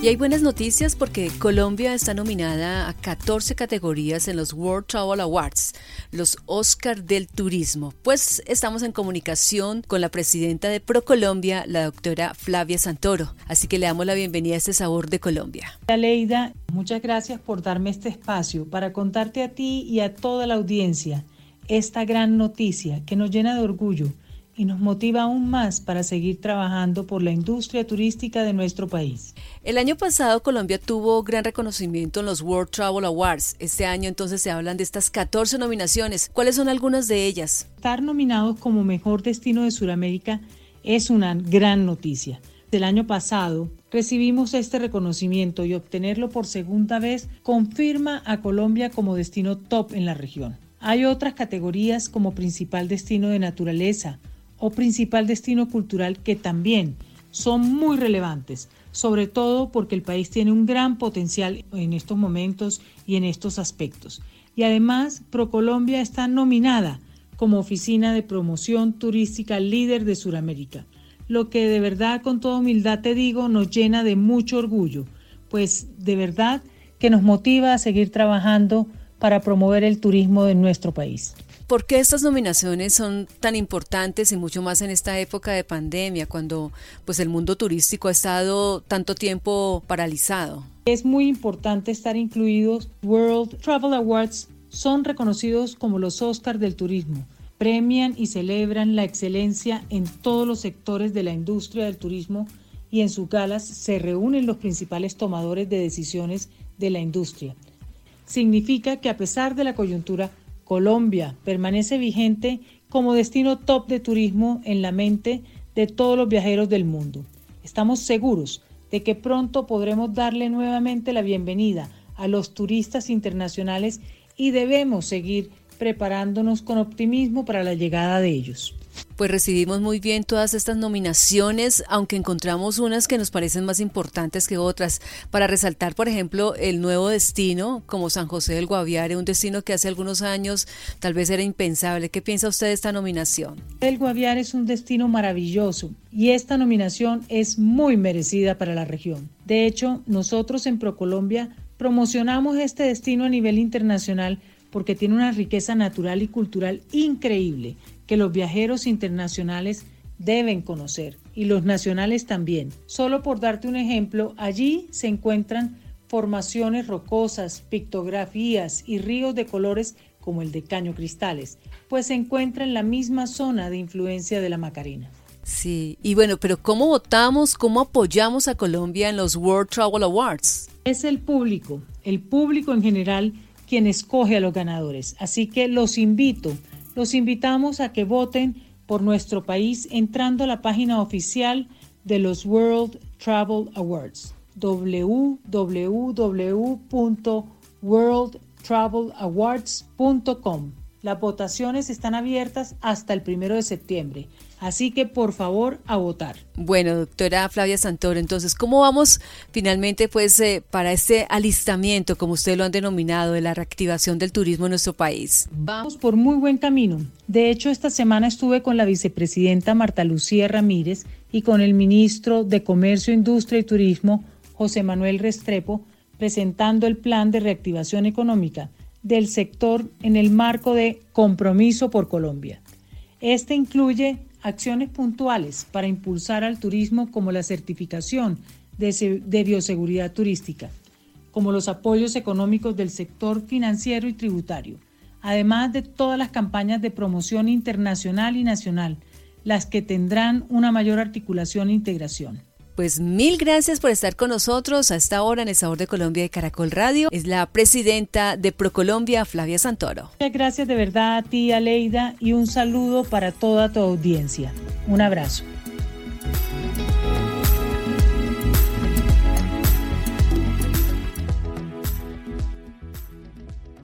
Y hay buenas noticias porque Colombia está nominada a 14 categorías en los World Travel Awards, los Oscar del Turismo. Pues estamos en comunicación con la presidenta de ProColombia, la doctora Flavia Santoro. Así que le damos la bienvenida a este Sabor de Colombia. Aleida, muchas gracias por darme este espacio para contarte a ti y a toda la audiencia esta gran noticia que nos llena de orgullo y nos motiva aún más para seguir trabajando por la industria turística de nuestro país. El año pasado Colombia tuvo gran reconocimiento en los World Travel Awards. Este año entonces se hablan de estas 14 nominaciones. ¿Cuáles son algunas de ellas? Estar nominados como mejor destino de Sudamérica es una gran noticia. El año pasado recibimos este reconocimiento y obtenerlo por segunda vez confirma a Colombia como destino top en la región. Hay otras categorías como principal destino de naturaleza o principal destino cultural que también son muy relevantes, sobre todo porque el país tiene un gran potencial en estos momentos y en estos aspectos. Y además, ProColombia está nominada como oficina de promoción turística líder de Sudamérica, lo que de verdad, con toda humildad te digo, nos llena de mucho orgullo, pues de verdad que nos motiva a seguir trabajando para promover el turismo de nuestro país. ¿Por qué estas nominaciones son tan importantes y mucho más en esta época de pandemia, cuando pues el mundo turístico ha estado tanto tiempo paralizado? Es muy importante estar incluidos. World Travel Awards son reconocidos como los Oscar del turismo. Premian y celebran la excelencia en todos los sectores de la industria del turismo y en sus galas se reúnen los principales tomadores de decisiones de la industria. Significa que a pesar de la coyuntura, Colombia permanece vigente como destino top de turismo en la mente de todos los viajeros del mundo. Estamos seguros de que pronto podremos darle nuevamente la bienvenida a los turistas internacionales y debemos seguir preparándonos con optimismo para la llegada de ellos. Pues recibimos muy bien todas estas nominaciones, aunque encontramos unas que nos parecen más importantes que otras. Para resaltar, por ejemplo, el nuevo destino, como San José del Guaviare, un destino que hace algunos años tal vez era impensable. ¿Qué piensa usted de esta nominación? El Guaviare es un destino maravilloso y esta nominación es muy merecida para la región. De hecho, nosotros en ProColombia promocionamos este destino a nivel internacional porque tiene una riqueza natural y cultural increíble que los viajeros internacionales deben conocer y los nacionales también. Solo por darte un ejemplo, allí se encuentran formaciones rocosas, pictografías y ríos de colores como el de Caño Cristales, pues se encuentra en la misma zona de influencia de la Macarena. Sí, y bueno, pero ¿cómo votamos, cómo apoyamos a Colombia en los World Travel Awards? Es el público en general quien escoge a los ganadores, así que los invitamos a que voten por nuestro país entrando a la página oficial de los World Travel Awards, www.worldtravelawards.com. Las votaciones están abiertas hasta el 1 de septiembre, así que por favor a votar. Bueno, doctora Flavia Santoro, entonces, ¿cómo vamos finalmente para este alistamiento, como usted lo han denominado, de la reactivación del turismo en nuestro país? Vamos por muy buen camino. De hecho, esta semana estuve con la vicepresidenta Marta Lucía Ramírez y con el ministro de Comercio, Industria y Turismo, José Manuel Restrepo, presentando el plan de reactivación económica del sector en el marco de Compromiso por Colombia. Este incluye acciones puntuales para impulsar al turismo como la certificación de bioseguridad turística, como los apoyos económicos del sector financiero y tributario, además de todas las campañas de promoción internacional y nacional, las que tendrán una mayor articulación e integración. Pues mil gracias por estar con nosotros a esta hora en el Sabor de Colombia de Caracol Radio. Es la presidenta de ProColombia, Flavia Santoro. Muchas gracias de verdad a ti, Aleida, y un saludo para toda tu audiencia. Un abrazo.